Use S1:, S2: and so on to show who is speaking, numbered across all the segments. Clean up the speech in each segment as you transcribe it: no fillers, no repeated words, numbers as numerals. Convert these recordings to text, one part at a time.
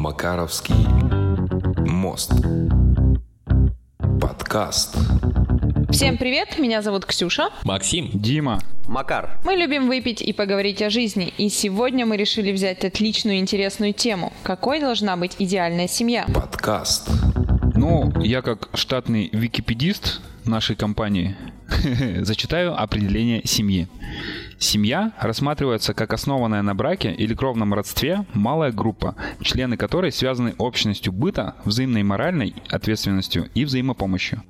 S1: Макаровский мост. Подкаст.
S2: Всем привет, меня зовут Ксюша,
S3: Максим,
S4: Дима,
S3: Макар.
S2: Мы любим выпить и поговорить о жизни, и сегодня мы решили взять отличную и интересную тему. Какой должна быть идеальная семья?
S1: Подкаст.
S4: я как штатный википедист нашей компании зачитаю определение семьи. Семья рассматривается как основанная на браке или кровном родстве малая группа, члены которой связаны общностью быта, взаимной моральной ответственностью и взаимопомощью.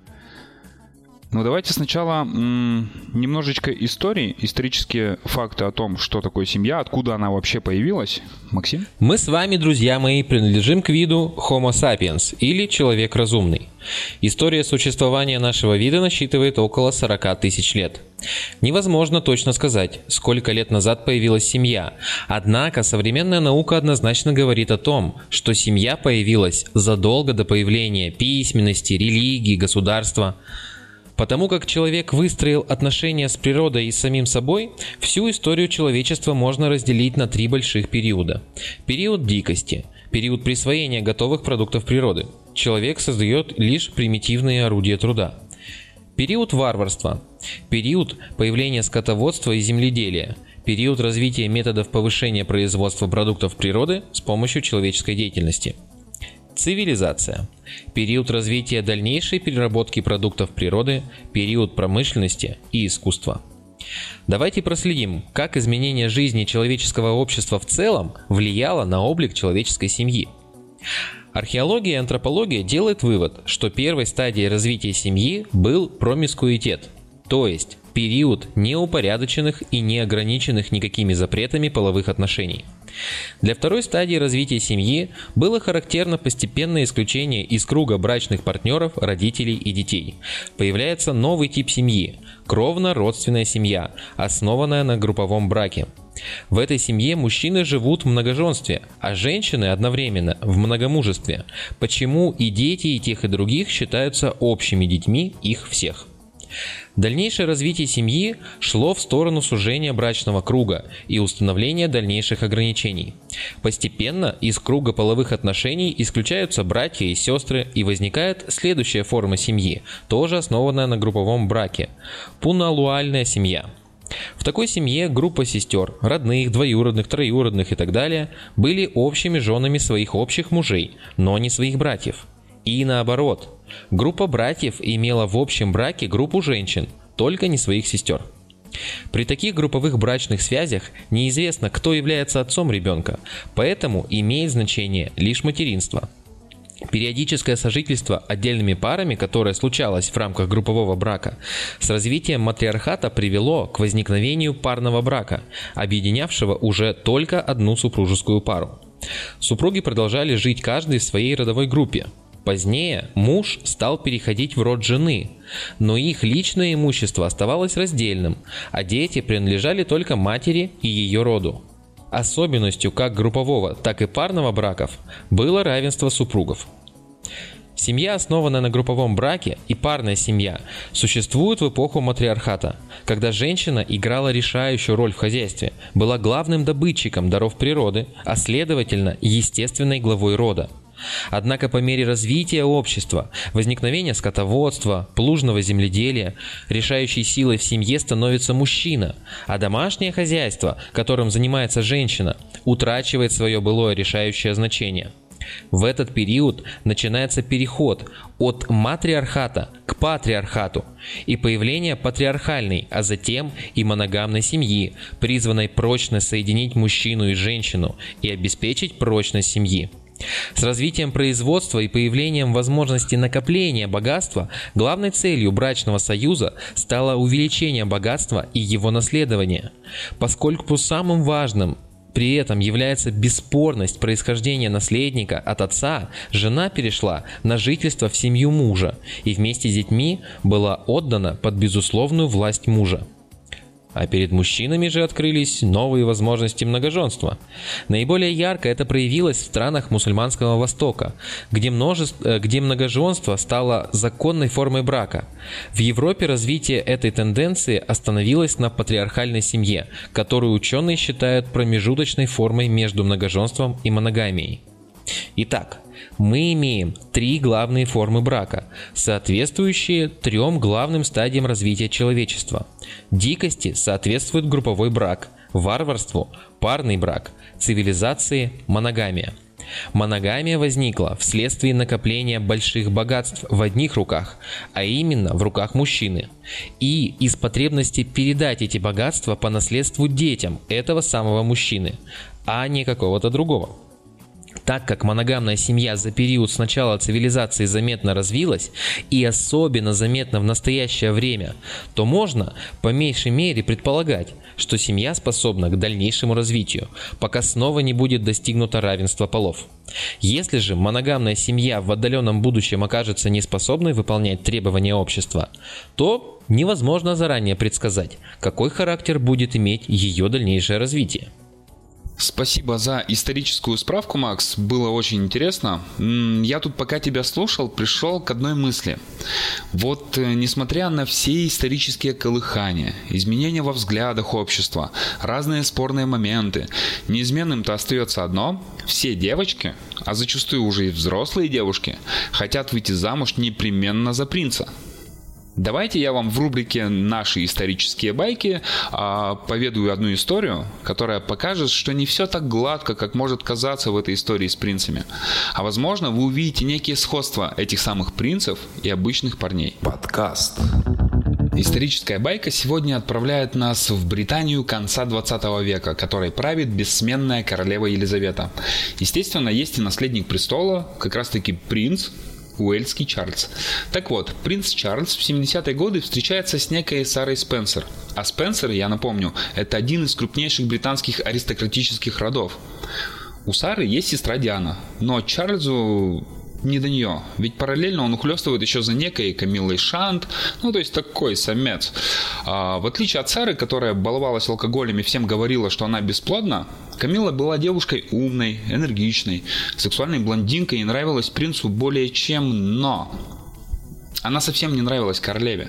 S4: Давайте сначала немножечко истории, исторические факты о том, что такое семья, откуда она вообще появилась. Максим?
S3: Мы с вами, друзья мои, принадлежим к виду Homo sapiens, или человек разумный. История существования нашего вида насчитывает около 40 тысяч лет. Невозможно точно сказать, сколько лет назад появилась семья, однако современная наука однозначно говорит о том, что семья появилась задолго до появления письменности, религии, государства. Потому как человек выстроил отношения с природой и с самим собой, всю историю человечества можно разделить на 3 больших периода. Период дикости, период присвоения готовых продуктов природы. Человек создает лишь примитивные орудия труда. Период варварства, период появления скотоводства и земледелия, период развития методов повышения производства продуктов природы с помощью человеческой деятельности. Цивилизация. Период развития дальнейшей переработки продуктов природы, период промышленности и искусства. Давайте проследим, как изменение жизни человеческого общества в целом влияло на облик человеческой семьи. Археология и антропология делают вывод, что первой стадией развития семьи был промискуитет, то есть период неупорядоченных и неограниченных никакими запретами половых отношений. Для второй стадии развития семьи было характерно постепенное исключение из круга брачных партнеров, родителей и детей. Появляется новый тип семьи – кровно-родственная семья, основанная на групповом браке. В этой семье мужчины живут в многоженстве, а женщины одновременно в многомужестве, почему и дети и тех и других считаются общими детьми их всех. Дальнейшее развитие семьи шло в сторону сужения брачного круга и установления дальнейших ограничений. Постепенно из круга половых отношений исключаются братья и сестры, и возникает следующая форма семьи, тоже основанная на групповом браке – пуналуальная семья. В такой семье группа сестер, родных, двоюродных, троюродных и так далее, были общими женами своих общих мужей, но не своих братьев. И наоборот, группа братьев имела в общем браке группу женщин, только не своих сестер. При таких групповых брачных связях неизвестно, кто является отцом ребенка, поэтому имеет значение лишь материнство. Периодическое сожительство отдельными парами, которое случалось в рамках группового брака, с развитием матриархата привело к возникновению парного брака, объединявшего уже только одну супружескую пару. Супруги продолжали жить каждый в своей родовой группе. Позднее муж стал переходить в род жены, но их личное имущество оставалось раздельным, а дети принадлежали только матери и ее роду. Особенностью как группового, так и парного браков было равенство супругов. Семья, основанная на групповом браке, и парная семья существуют в эпоху матриархата, когда женщина играла решающую роль в хозяйстве, была главным добытчиком даров природы, а следовательно, естественной главой рода. Однако по мере развития общества, возникновения скотоводства, плужного земледелия, решающей силой в семье становится мужчина, а домашнее хозяйство, которым занимается женщина, утрачивает свое былое решающее значение. В этот период начинается переход от матриархата к патриархату и появление патриархальной, а затем и моногамной семьи, призванной прочно соединить мужчину и женщину и обеспечить прочность семьи. С развитием производства и появлением возможности накопления богатства главной целью брачного союза стало увеличение богатства и его наследование. Поскольку самым важным при этом является бесспорность происхождения наследника от отца, жена перешла на жительство в семью мужа и вместе с детьми была отдана под безусловную власть мужа. А перед мужчинами же открылись новые возможности многоженства. Наиболее ярко это проявилось в странах мусульманского Востока, где многоженство стало законной формой брака. В Европе развитие этой тенденции остановилось на патриархальной семье, которую ученые считают промежуточной формой между многоженством и моногамией. Итак, мы имеем 3 главные формы брака, соответствующие 3 главным стадиям развития человечества. Дикости соответствует групповой брак, варварству – парный брак, цивилизации – моногамия. Моногамия возникла вследствие накопления больших богатств в одних руках, а именно в руках мужчины, и из потребности передать эти богатства по наследству детям этого самого мужчины, а не какого-то другого. Так как моногамная семья за период с начала цивилизации заметно развилась, и особенно заметно в настоящее время, то можно, по меньшей мере, предполагать, что семья способна к дальнейшему развитию, пока снова не будет достигнуто равенство полов. Если же моногамная семья в отдаленном будущем окажется неспособной выполнять требования общества, то невозможно заранее предсказать, какой характер будет иметь ее дальнейшее развитие.
S4: Спасибо за историческую справку, Макс. Было очень интересно. Я тут, пока тебя слушал, пришел к одной мысли. Вот, несмотря на все исторические колыхания, изменения во взглядах общества, разные спорные моменты, неизменным-то остается одно. Все девочки, а зачастую уже и взрослые девушки, хотят выйти замуж непременно за принца. Давайте я вам в рубрике «Наши исторические байки» поведаю одну историю, которая покажет, что не все так гладко, как может казаться в этой истории с принцами. А возможно, вы увидите некие сходства этих самых принцев и обычных парней.
S1: Подкаст.
S4: Историческая байка сегодня отправляет нас в Британию конца 20 века, которой правит бессменная королева Елизавета. Естественно, есть и наследник престола, как раз таки принц, Уэльский Чарльз. Так вот, принц Чарльз в 70-е годы встречается с некой Сарой Спенсер. А Спенсер, я напомню, это один из крупнейших британских аристократических родов. У Сары есть сестра Диана, но Чарльзу не до нее, ведь параллельно он ухлёстывает еще за некой Камиллой Шант, то есть такой самец. В отличие от Сары, которая баловалась алкоголем и всем говорила, что она бесплодна, Камилла была девушкой умной, энергичной, сексуальной блондинкой и нравилась принцу более чем, но она совсем не нравилась королеве.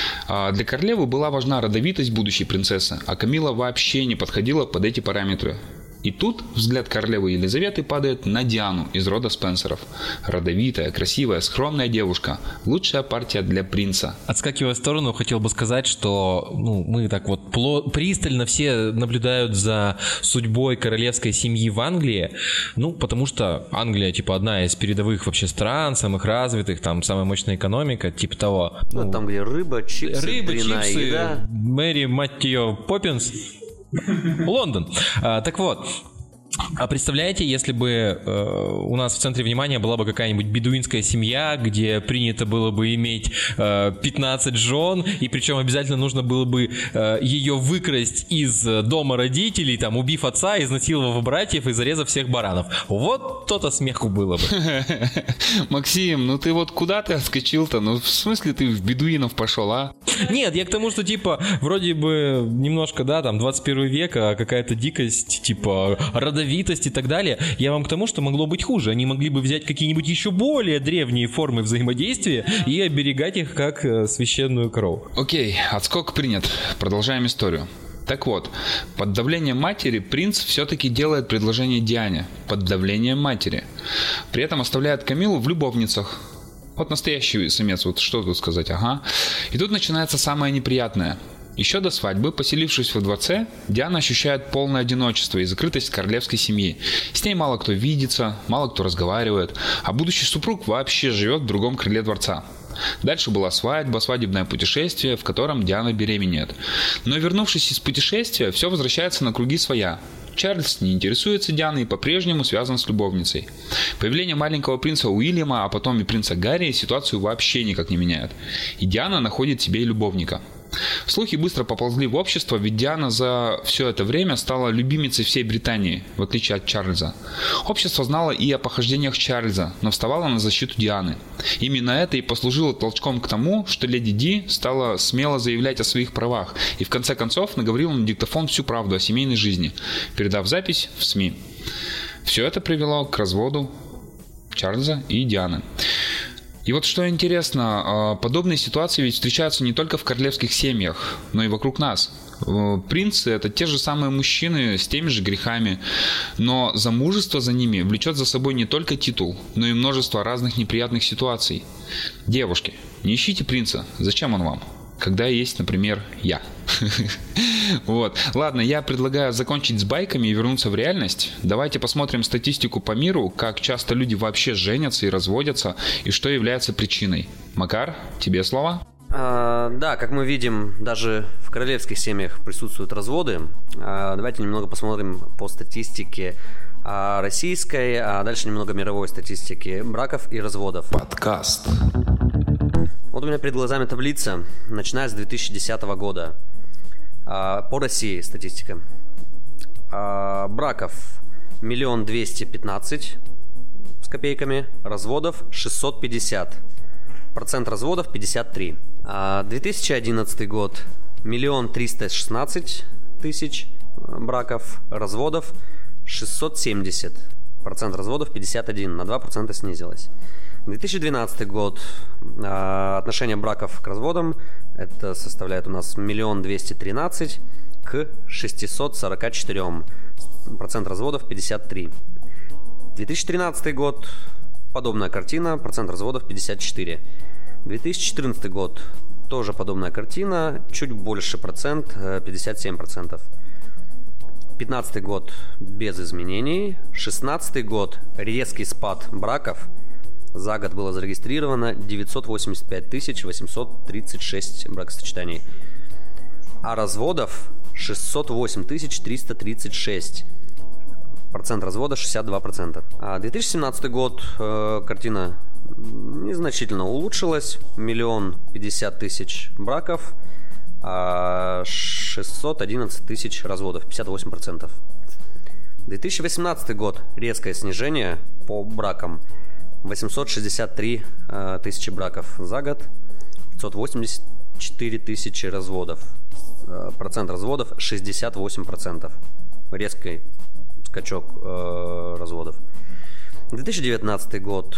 S4: Для королевы была важна родовитость будущей принцессы, а Камилла вообще не подходила под эти параметры. И тут взгляд королевы Елизаветы падает на Диану из рода Спенсеров. Родовитая, красивая, скромная девушка. Лучшая партия для принца.
S3: Отскакивая в сторону, хотел бы сказать, что мы так вот пристально все наблюдают за судьбой королевской семьи в Англии. Потому что Англия, одна из передовых вообще стран, самых развитых, там самая мощная экономика, типа того.
S5: Там, где рыба, чипсы, еда.
S3: Мэри, мать ее, Поппинс. Лондон. Так вот. А представляете, если бы у нас в центре внимания была бы какая-нибудь бедуинская семья, где принято было бы иметь 15 жен, и причем обязательно нужно было бы ее выкрасть из дома родителей, убив отца, изнасиловав братьев и зарезав всех баранов. Вот то-то смеху было бы.
S4: Максим, ты вот куда ты отскочил-то? В смысле ты в бедуинов пошел, а?
S3: Нет, я к тому, что вроде бы немножко, 21 век, а какая-то дикость, родовитость и так далее. Я вам к тому, что могло быть хуже. Они могли бы взять какие-нибудь еще более древние формы взаимодействия и оберегать их как священную корову.
S4: Окей, отскок принят. Продолжаем историю. Так вот, под давлением матери принц все-таки делает предложение Диане. Под давлением матери. При этом оставляет Камиллу в любовницах. Вот настоящий самец, вот что тут сказать, ага. И тут начинается самое неприятное. Еще до свадьбы, поселившись во дворце, Диана ощущает полное одиночество и закрытость королевской семьи. С ней мало кто видится, мало кто разговаривает, а будущий супруг вообще живет в другом крыле дворца. Дальше была свадьба, свадебное путешествие, в котором Диана беременеет. Но вернувшись из путешествия, все возвращается на круги своя. Чарльз не интересуется Дианой и по-прежнему связан с любовницей. Появление маленького принца Уильяма, а потом и принца Гарри ситуацию вообще никак не меняет. И Диана находит себе любовника. Слухи быстро поползли в общество, ведь Диана за все это время стала любимицей всей Британии, в отличие от Чарльза. Общество знало и о похождениях Чарльза, но вставало на защиту Дианы. Именно это и послужило толчком к тому, что леди Ди стала смело заявлять о своих правах и в конце концов наговорила на диктофон всю правду о семейной жизни, передав запись в СМИ. Все это привело к разводу Чарльза и Дианы. И вот что интересно, подобные ситуации ведь встречаются не только в королевских семьях, но и вокруг нас. Принцы — это те же самые мужчины с теми же грехами, но замужество за ними влечет за собой не только титул, но и множество разных неприятных ситуаций. Девушки, не ищите принца, зачем он вам? Когда есть, например, я. Вот. Ладно, я предлагаю закончить с байками и вернуться в реальность. Давайте посмотрим статистику по миру, как часто люди вообще женятся и разводятся, и что является причиной. Макар, тебе слово.
S5: Да, как мы видим, даже в королевских семьях присутствуют разводы. Давайте немного посмотрим по статистике российской, а дальше немного мировой статистики браков и разводов.
S1: Подкаст.
S5: Вот у меня перед глазами таблица, начиная с 2010 года. По России статистика. Браков 1 215 000 с копейками, разводов 650. Процент разводов 53. 2011 год 1 316 000 браков, разводов 670. Процент разводов 51, на 2% снизилось. 2012 год отношение браков к разводам это составляет у нас 1 213 000 к 644. Процент разводов 53. 2013 год подобная картина, процент разводов 54. 2014 год тоже подобная картина, чуть больше процент, 57%. 2015 год без изменений. 2016 год резкий спад браков. За год было зарегистрировано 985 836 бракосочетаний. А разводов 608 336. Процент развода 62%. А 2017 год картина незначительно улучшилась. 1 050 000 браков, 611 000 разводов, 58%. 2018 год резкое снижение по бракам. 863 000 браков за год, 584 000 разводов. Процент разводов 68%. Резкий скачок разводов. 2019 год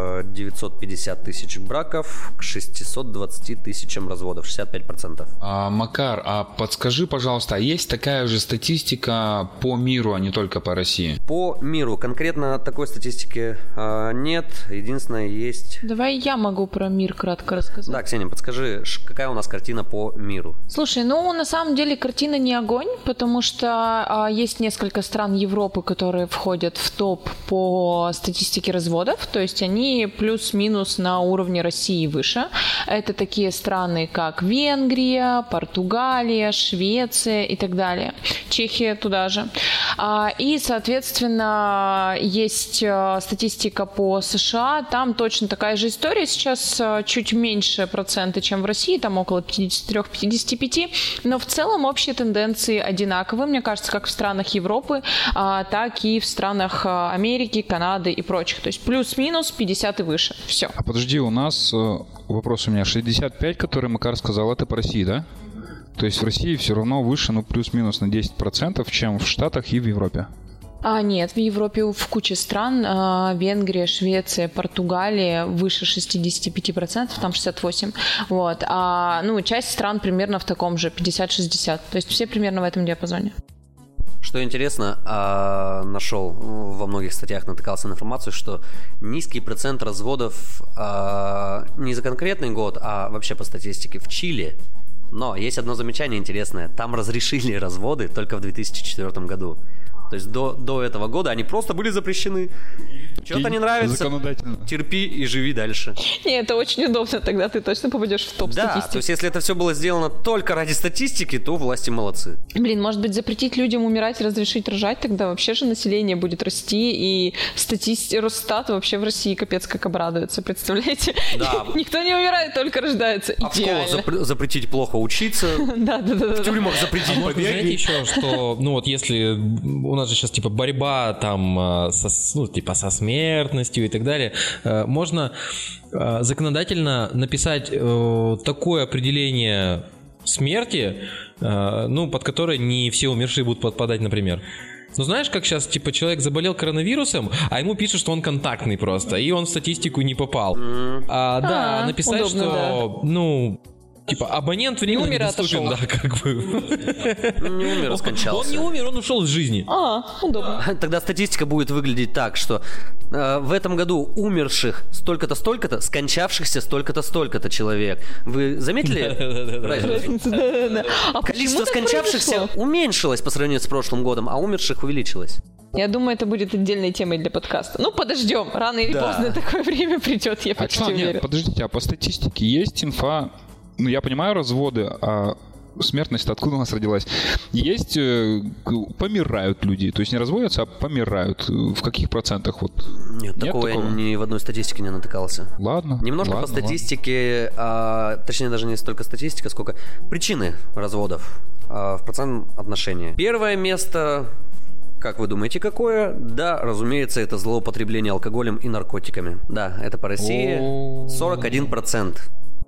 S5: 950 000 браков к 620 000 разводов, 65%.
S4: Макар, подскажи, пожалуйста, есть такая же статистика по миру, а не только по России?
S5: По миру конкретно такой статистики нет. Единственное, есть...
S2: Давай я могу про мир кратко рассказать.
S5: Да, Ксения, подскажи, какая у нас картина по миру?
S2: Слушай, на самом деле картина не огонь, потому что есть несколько стран Европы, которые входят в топ по статистике разводов, то есть они плюс-минус на уровне России выше. Это такие страны, как Венгрия, Португалия, Швеция и так далее. Чехия туда же. И, соответственно, есть статистика по США, там точно такая же история. Сейчас чуть меньше процента, чем в России, там около 53-55, но в целом общие тенденции одинаковые, мне кажется, как в странах Европы, так и в странах Америки, Канады и прочих. То есть плюс-минус 50 и выше. Все.
S4: А подожди, у нас вопрос у меня. 65, который Макар сказал, это по России, да? То есть в России все равно выше, плюс-минус на 10%, чем в Штатах и в Европе.
S2: Нет, в Европе в куче стран, Венгрия, Швеция, Португалия выше 65%, там 68%. Вот. Часть стран примерно в таком же, 50-60%. То есть все примерно в этом диапазоне.
S5: Что интересно, нашел во многих статьях, натыкался на информацию, что низкий процент разводов не за конкретный год, а вообще по статистике в Чили. Но есть одно замечание интересное. Там разрешили разводы только в 2004 году. То есть до этого года они просто были запрещены. Что-то не нравится, терпи и живи дальше.
S2: Это очень удобно, тогда ты точно попадешь в топ статистики.
S5: Да, то есть если это все было сделано только ради статистики, то власти молодцы.
S2: Может быть, запретить людям умирать и разрешить рожать, тогда вообще же население будет расти, и Росстат вообще в России капец как обрадуется, представляете?
S5: Да.
S2: Никто не умирает, только рождается.
S5: А в школах запретить плохо учиться, в тюрьмах запретить побеги.
S3: Знаете еще, что, если у нас же сейчас борьба там со смертностью и так далее, можно законодательно написать такое определение смерти, под которое не все умершие будут подпадать, например. Знаешь, как сейчас, человек заболел коронавирусом, а ему пишут, что он контактный просто, и он в статистику не попал. Написать,
S2: удобно,
S3: что, Типа, абонент временно
S2: умер,
S3: недоступен,
S2: отошел.
S3: да, как бы.
S5: Не умер, а скончался.
S3: Он не умер, он ушел из жизни.
S2: Удобно.
S5: Тогда статистика будет выглядеть так, что в этом году умерших столько-то, столько-то, скончавшихся столько-то человек. Вы заметили разницу?
S2: А
S5: Количество
S2: почему так
S5: скончавшихся
S2: произошло?
S5: уменьшилось по сравнению с прошлым годом, а умерших увеличилось.
S2: Я думаю, это будет отдельной темой для подкаста. Ну, подождем. Рано или
S5: Да.
S2: поздно такое время придет, я
S4: А
S2: почти
S4: что,
S2: уверена.
S4: нет, подождите, а по статистике есть инфа, ну я понимаю разводы, а смертность откуда у нас родилась? Есть, помирают люди, то есть не разводятся, а помирают. В каких процентах? Вот?
S5: Нет, такого я ни в одной статистике не натыкался.
S4: Ладно.
S5: Немножко
S4: ладно,
S5: по статистике, точнее даже не столько статистика, сколько причины разводов в процентном отношении. Первое место, как вы думаете, какое? Да, разумеется, это злоупотребление алкоголем и наркотиками. Да, это по России 41%.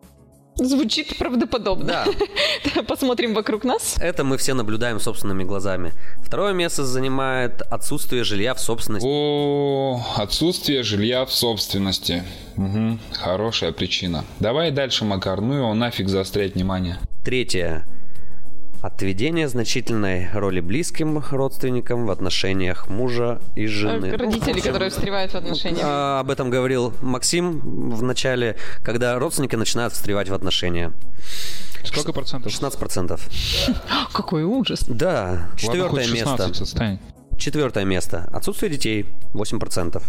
S2: Звучит правдоподобно.
S5: Да.
S2: Посмотрим вокруг нас.
S5: Это мы все наблюдаем собственными глазами. Второе место занимает отсутствие жилья в собственности.
S4: О, отсутствие жилья в собственности. Угу, хорошая причина. Давай дальше, Макар, ну его нафиг заострять внимание.
S5: Третье. Отведение значительной роли близким родственникам в отношениях мужа и жены.
S2: Родители, которые встревают в отношениях.
S5: Об этом говорил Максим в начале, когда родственники начинают встревать в отношения.
S4: Сколько процентов?
S5: 16%.
S2: Какой ужас.
S5: Да.
S4: Ладно, хоть
S5: Четвертое
S4: 16
S5: место.
S4: отстань.
S5: Четвертое место. Отсутствие детей. 8%.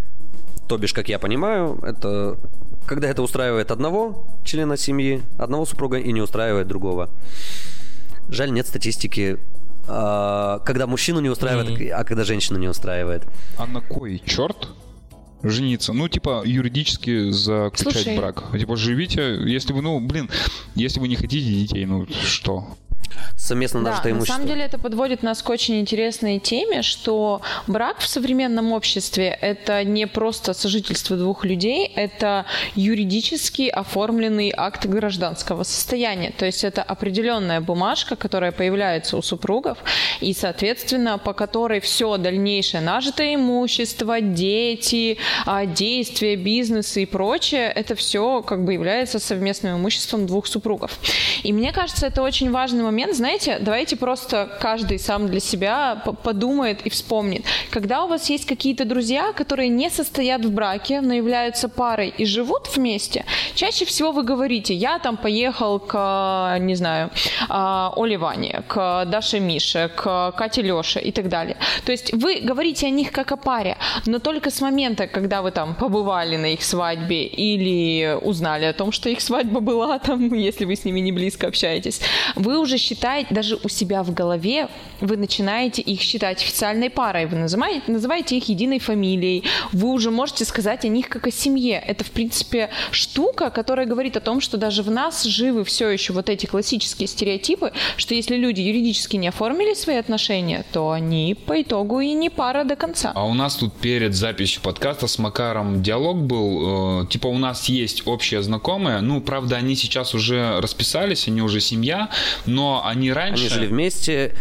S5: То бишь, как я понимаю, это когда это устраивает одного члена семьи, одного супруга и не устраивает другого. Жаль, нет статистики, когда мужчину не устраивает, а когда женщину не устраивает.
S4: А на кой черт жениться? Ну, типа, юридически заключать
S2: Слушай.
S4: брак. Типа, живите, если вы, если вы не хотите детей, ну, что?
S5: Совместно
S2: Да,
S5: нажитое
S2: на
S5: имущество.
S2: самом деле это подводит нас к очень интересной теме, что брак в современном обществе – это не просто сожительство двух людей, это юридически оформленный акт гражданского состояния. То есть это определенная бумажка, которая появляется у супругов, и, соответственно, по которой все дальнейшее нажитое имущество, дети, действия, бизнесы и прочее, это все как бы является совместным имуществом двух супругов. И мне кажется, это очень важный момент. Знаете, давайте просто каждый сам для себя подумает и вспомнит. Когда у вас есть какие-то друзья, которые не состоят в браке, но являются парой и живут вместе, чаще всего вы говорите: я там поехал к, не знаю, Оле Ване, к Даше Мише, к Кате Леше и так далее. То есть вы говорите о них как о паре, но только с момента, когда вы там побывали на их свадьбе или узнали о том, что их свадьба была там, если вы с ними не близко общаетесь, вы уже считаете, даже у себя в голове, вы начинаете их считать официальной парой, вы называете их единой фамилией, вы уже можете сказать о них как о семье. Это, в принципе, штука, которая говорит о том, что даже в нас живы все еще вот эти классические стереотипы, что если люди юридически не оформили свои отношения, то они по итогу и не пара до конца.
S4: А у нас тут перед записью подкаста с Макаром диалог был, типа у нас есть общие знакомые, ну, правда, они сейчас уже расписались, они уже семья, но они раньше...
S5: Они жили вместе,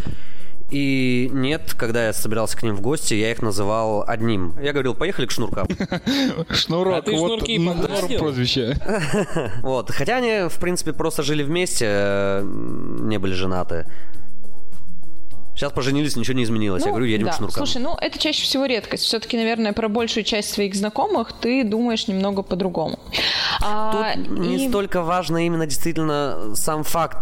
S5: и нет, когда я собирался к ним в гости, я их называл одним. Я говорил: поехали к шнуркам.
S4: Шнурок,
S3: А ты
S4: вот
S3: шнурки
S4: норм
S3: подбросил?
S4: прозвище.
S5: Вот. Хотя они, в принципе, просто жили вместе, не были женаты. Сейчас поженились, ничего не изменилось. Я говорю, едем
S2: да.
S5: к шнуркам.
S2: Слушай, это чаще всего редкость. Все-таки, наверное, про большую часть своих знакомых ты думаешь немного по-другому.
S5: Тут не столько важно именно действительно сам факт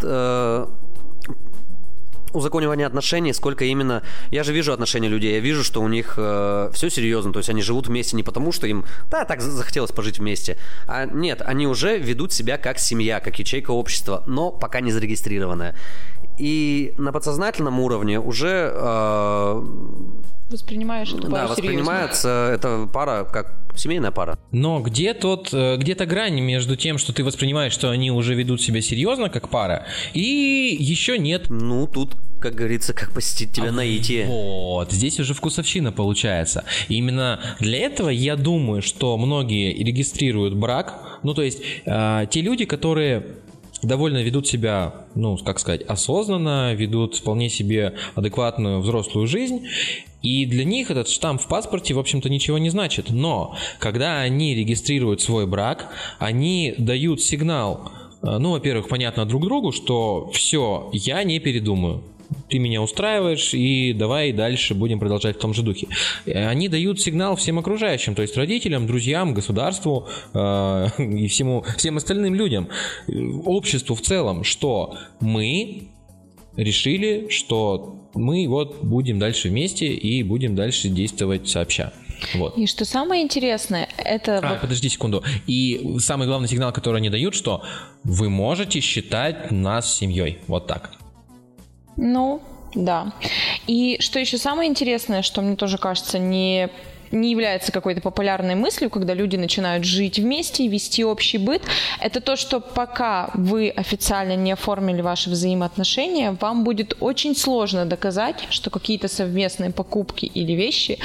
S5: узаконивания отношений, сколько именно... Я же вижу отношения людей, я вижу, что у них все серьезно, то есть они живут вместе не потому, что им, так захотелось пожить вместе, а нет, они уже ведут себя как семья, как ячейка общества, но пока не зарегистрированная. И на подсознательном уровне уже...
S2: Воспринимаешь эту пару
S5: воспринимается эта пара как семейная пара.
S3: Но где-то грань между тем, что ты воспринимаешь, что они уже ведут себя серьезно, как пара, и еще нет.
S5: Ну, тут, как говорится, как посетить тебя наитие.
S3: Вот, здесь уже вкусовщина получается. И именно для этого я думаю, что многие регистрируют брак. Ну, то есть, те люди, которые довольно ведут себя, осознанно, ведут вполне себе адекватную взрослую жизнь, и для них этот штамп в паспорте, в общем-то, ничего не значит. Но, когда они регистрируют свой брак, они дают сигнал во-первых, понятно друг другу, что все, я не передумаю. Ты меня устраиваешь, и давай дальше будем продолжать в том же духе. Они дают сигнал всем окружающим, то есть родителям, друзьям, государству и всем остальным людям, обществу в целом, что мы решили, что мы вот будем дальше вместе и будем дальше действовать сообща. Вот.
S2: И что самое интересное, это...
S3: Подожди секунду. И самый главный сигнал, который они дают, что вы можете считать нас семьей. Вот так.
S2: Ну, да. И что еще самое интересное, что мне тоже кажется не является какой-то популярной мыслью, когда люди начинают жить вместе и вести общий быт, это то, что пока вы официально не оформили ваши взаимоотношения, вам будет очень сложно доказать, что какие-то совместные покупки или вещи,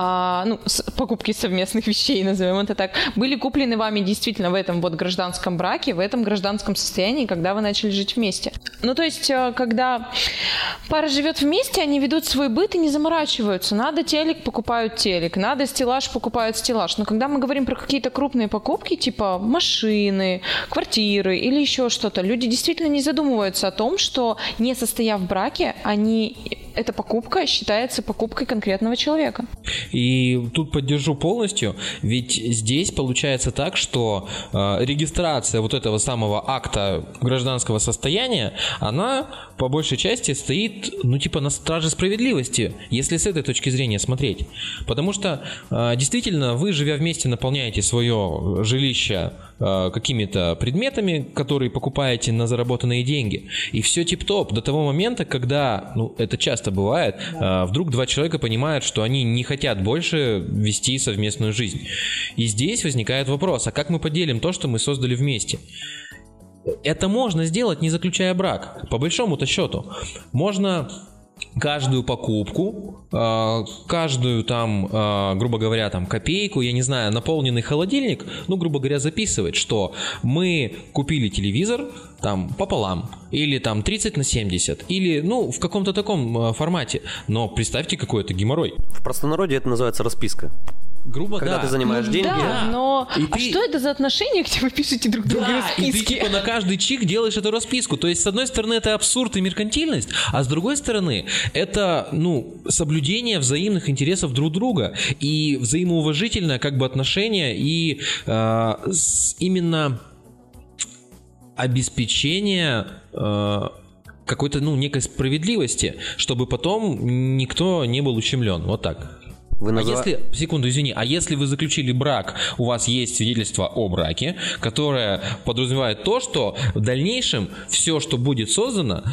S2: покупки совместных вещей, назовем это так, были куплены вами действительно в этом вот гражданском браке, в этом гражданском состоянии, когда вы начали жить вместе. Ну, то есть, когда пара живет вместе, они ведут свой быт и не заморачиваются. Надо телек, покупают телек, надо стеллаж, покупают стеллаж. Но когда мы говорим про какие-то крупные покупки, типа машины, квартиры или еще что-то, люди действительно не задумываются о том, что не состояв в браке, эта покупка считается покупкой конкретного человека.
S3: И тут поддержу полностью, ведь здесь получается так, что регистрация вот этого самого акта гражданского состояния, она по большей части стоит, на страже справедливости, если с этой точки зрения смотреть. Потому что действительно вы, живя вместе, наполняете свое жилище какими-то предметами, которые покупаете на заработанные деньги. И все тип-топ до того момента, когда, это часто бывает, вдруг два человека понимают, что они не хотят больше вести совместную жизнь. И здесь возникает вопрос, а как мы поделим то, что мы создали вместе? Это можно сделать, не заключая брак. По большому-то счету. Можно каждую покупку, каждую грубо говоря, копейку, я не знаю, наполненный холодильник, грубо говоря, записывать, что мы купили телевизор пополам, или 30/70, или, в каком-то таком формате. Но представьте, какой это геморрой.
S5: В простонародье это называется расписка.
S3: Грубо,
S5: когда ты занимаешь деньги.
S2: Да, но что это за отношения, где вы пишете друг другу расписки?
S3: И ты на каждый чих делаешь эту расписку. То есть, с одной стороны, это абсурд и меркантильность, а с другой стороны, это, соблюдение взаимных интересов друг друга и взаимоуважительное отношение и именно обеспечение какой-то, некой справедливости, чтобы потом никто не был ущемлен. Вот так. Секунду, извини, а если вы заключили брак, у вас есть свидетельство о браке, которое подразумевает то, что в дальнейшем все, что будет создано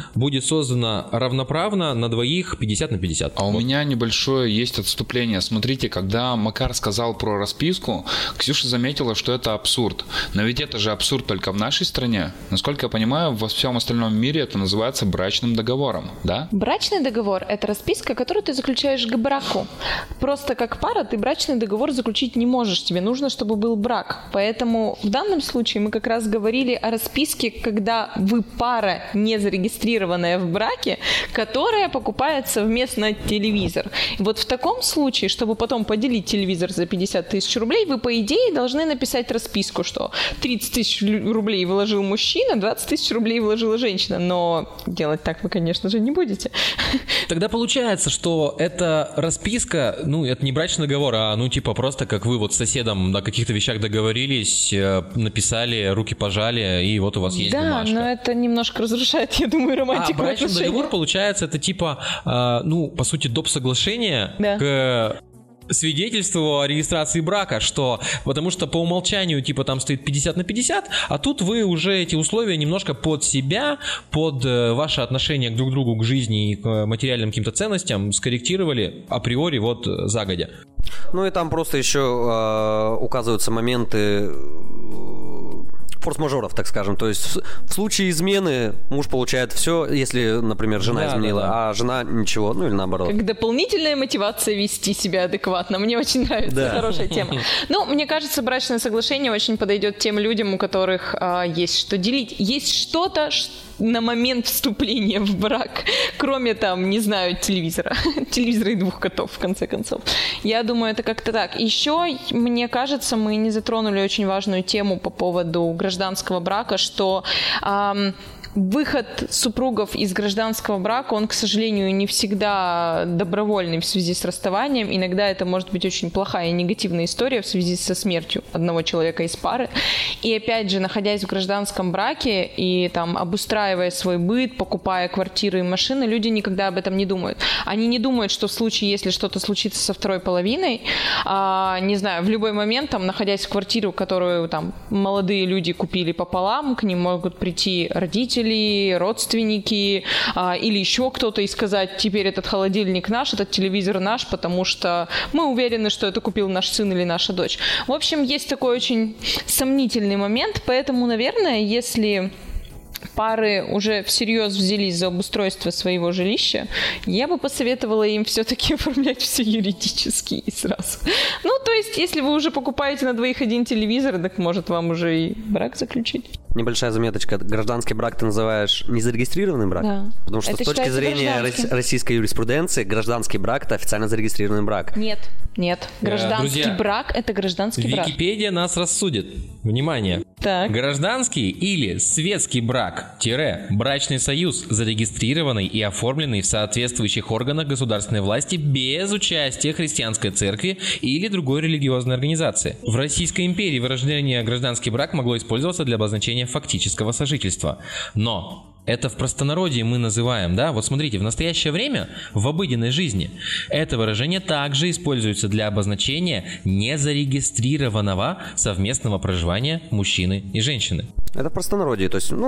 S3: равноправно на двоих 50/50.
S4: А у меня небольшое есть отступление. Смотрите, когда Макар сказал про расписку, Ксюша заметила, что это абсурд. Но ведь это же абсурд только в нашей стране. Насколько я понимаю, во всем остальном мире это называется брачным договором, да?
S2: Брачный договор – это расписка, которую ты заключаешь к браку. Просто как пара ты брачный договор заключить не можешь, тебе нужно, чтобы был брак. Поэтому в данном случае мы как раз говорили о расписке, когда вы пара, не зарегистрированная в браке, которая покупает совместно телевизор. И вот в таком случае, чтобы потом поделить телевизор за 50 тысяч рублей, вы, по идее, должны написать расписку, что 30 тысяч рублей вложил мужчина, 20 тысяч рублей вложила женщина. Но делать так вы, конечно же, не будете.
S3: Тогда получается, что эта расписка, это не брачный договор, а просто как вы с соседом на каких-то вещах договорились, написали, руки пожали, и вот у вас есть бумажка.
S2: Да, но это немножко разрушает, я думаю, романтику отношений.
S3: Брачный договор, получается, это по сути, доп. Соглашение к свидетельству о регистрации брака, потому что по умолчанию стоит 50/50, а тут вы уже эти условия немножко под себя, под ваше отношение друг к другу, к жизни и к материальным каким-то ценностям скорректировали априори загодя.
S5: И там просто еще указываются моменты форс-мажоров, так скажем. То есть в случае измены муж получает все, если, например, жена изменила, а жена ничего, или наоборот.
S2: Как дополнительная мотивация вести себя адекватно. Мне очень нравится, хорошая тема. Мне кажется, брачное соглашение очень подойдет тем людям, у которых есть что делить. Есть что-то, на момент вступления в брак, кроме телевизора. Телевизора и 2 котов, в конце концов. Я думаю, это как-то так. Еще, мне кажется, мы не затронули очень важную тему по поводу гражданского гражданского брака, что выход супругов из гражданского брака, он, к сожалению, не всегда добровольный в связи с расставанием. Иногда это может быть очень плохая и негативная история в связи со смертью одного человека из пары. И опять же, находясь в гражданском браке и там обустраивая свой быт, покупая квартиры и машины, люди никогда об этом не думают. Они не думают, что в случае, если что-то случится со второй половиной, не знаю, в любой момент, там, находясь в квартиру, которую там молодые люди купили пополам, к ним могут прийти родители, родственники или еще кто-то и сказать: теперь этот холодильник наш, этот телевизор наш, потому что мы уверены, что это купил наш сын или наша дочь. В общем, есть такой очень сомнительный момент, поэтому, наверное, если пары уже всерьез взялись за обустройство своего жилища, я бы посоветовала им все-таки оформлять все юридически и сразу. Ну, то есть, если вы уже покупаете на двоих один телевизор, так может вам уже и брак заключить.
S5: Небольшая заметочка. Гражданский брак ты называешь незарегистрированный брак?
S2: Да.
S5: Потому что
S2: это
S5: с точки зрения российской юриспруденции гражданский брак – это официально зарегистрированный брак.
S2: Нет. Гражданский
S3: Друзья,
S2: брак – это гражданский брак.
S3: Википедия нас рассудит. Внимание.
S2: Так.
S3: Гражданский или светский брак – брачный союз, зарегистрированный и оформленный в соответствующих органах государственной власти без участия христианской церкви или другой религиозной организации. В Российской империи выражение «гражданский брак» могло использоваться для обозначения фактического сожительства. Но это в простонародье мы называем, да? Вот смотрите, в настоящее время в обыденной жизни это выражение также используется для обозначения незарегистрированного совместного проживания мужчины и женщины.
S5: Это в простонародье, то есть,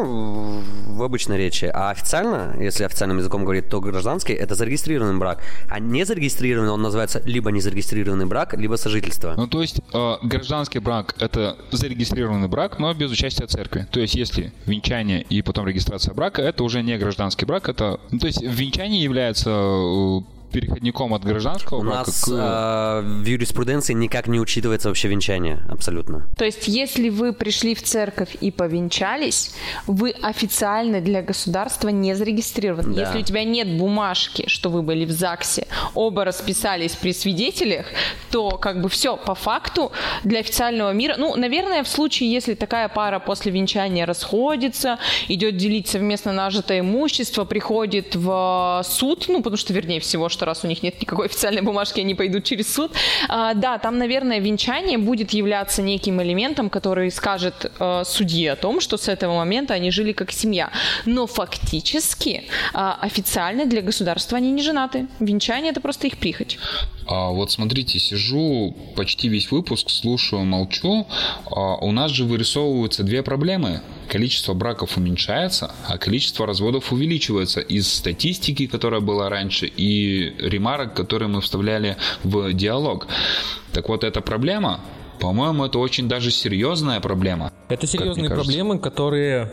S5: в обычной речи. А официально, если официальным языком говорить, то гражданский – это зарегистрированный брак. А незарегистрированный, он называется либо незарегистрированный брак, либо сожительство.
S4: Ну, то есть, гражданский брак – это зарегистрированный брак, но без участия церкви. То есть, если венчание и потом регистрация брака – это уже не гражданский брак, это… то есть, венчание является… переходником от гражданского
S5: у
S4: брака
S5: нас в юриспруденции никак не учитывается вообще венчание, абсолютно.
S2: То есть, если вы пришли в церковь и повенчались, вы официально для государства не зарегистрированы.
S5: Да.
S2: Если у тебя нет бумажки, что вы были в ЗАГСе, оба расписались при свидетелях, то как бы все, по факту для официального мира, наверное, в случае, если такая пара после венчания расходится, идет делить совместно нажитое имущество, приходит в суд, потому что, вернее всего, что раз у них нет никакой официальной бумажки, они пойдут через суд. Да, там, наверное, венчание будет являться неким элементом, который скажет судье о том, что с этого момента они жили как семья. Но фактически, официально для государства они не женаты. Венчание – это просто их прихоть.
S4: Вот смотрите, сижу почти весь выпуск, слушаю, молчу. У нас же вырисовываются две проблемы. Количество браков уменьшается, а количество разводов увеличивается из статистики, которая была раньше, и ремарок, которые мы вставляли в диалог. Так вот, эта проблема, по-моему, это очень даже серьезная проблема.
S3: Это серьезные проблемы, которые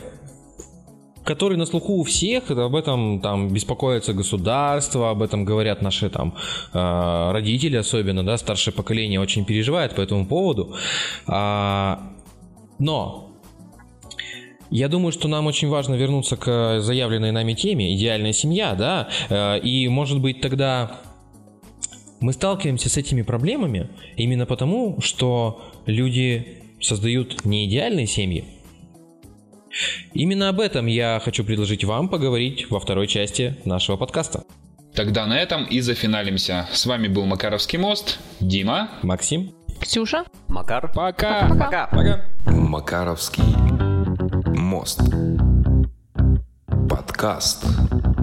S3: на слуху у всех, об этом там беспокоится государство, об этом говорят наши там родители, особенно, да, старшее поколение очень переживает по этому поводу. Но я думаю, что нам очень важно вернуться к заявленной нами теме «Идеальная семья», да, и, может быть, тогда мы сталкиваемся с этими проблемами именно потому, что люди создают не идеальные семьи. Именно об этом я хочу предложить вам поговорить во второй части нашего подкаста.
S4: Тогда на этом и зафиналимся. С вами был Макаровский мост, Дима,
S3: Максим,
S2: Ксюша.
S5: Макар.
S4: Пока.
S5: Пока.
S1: Макаровский мост. Подкаст.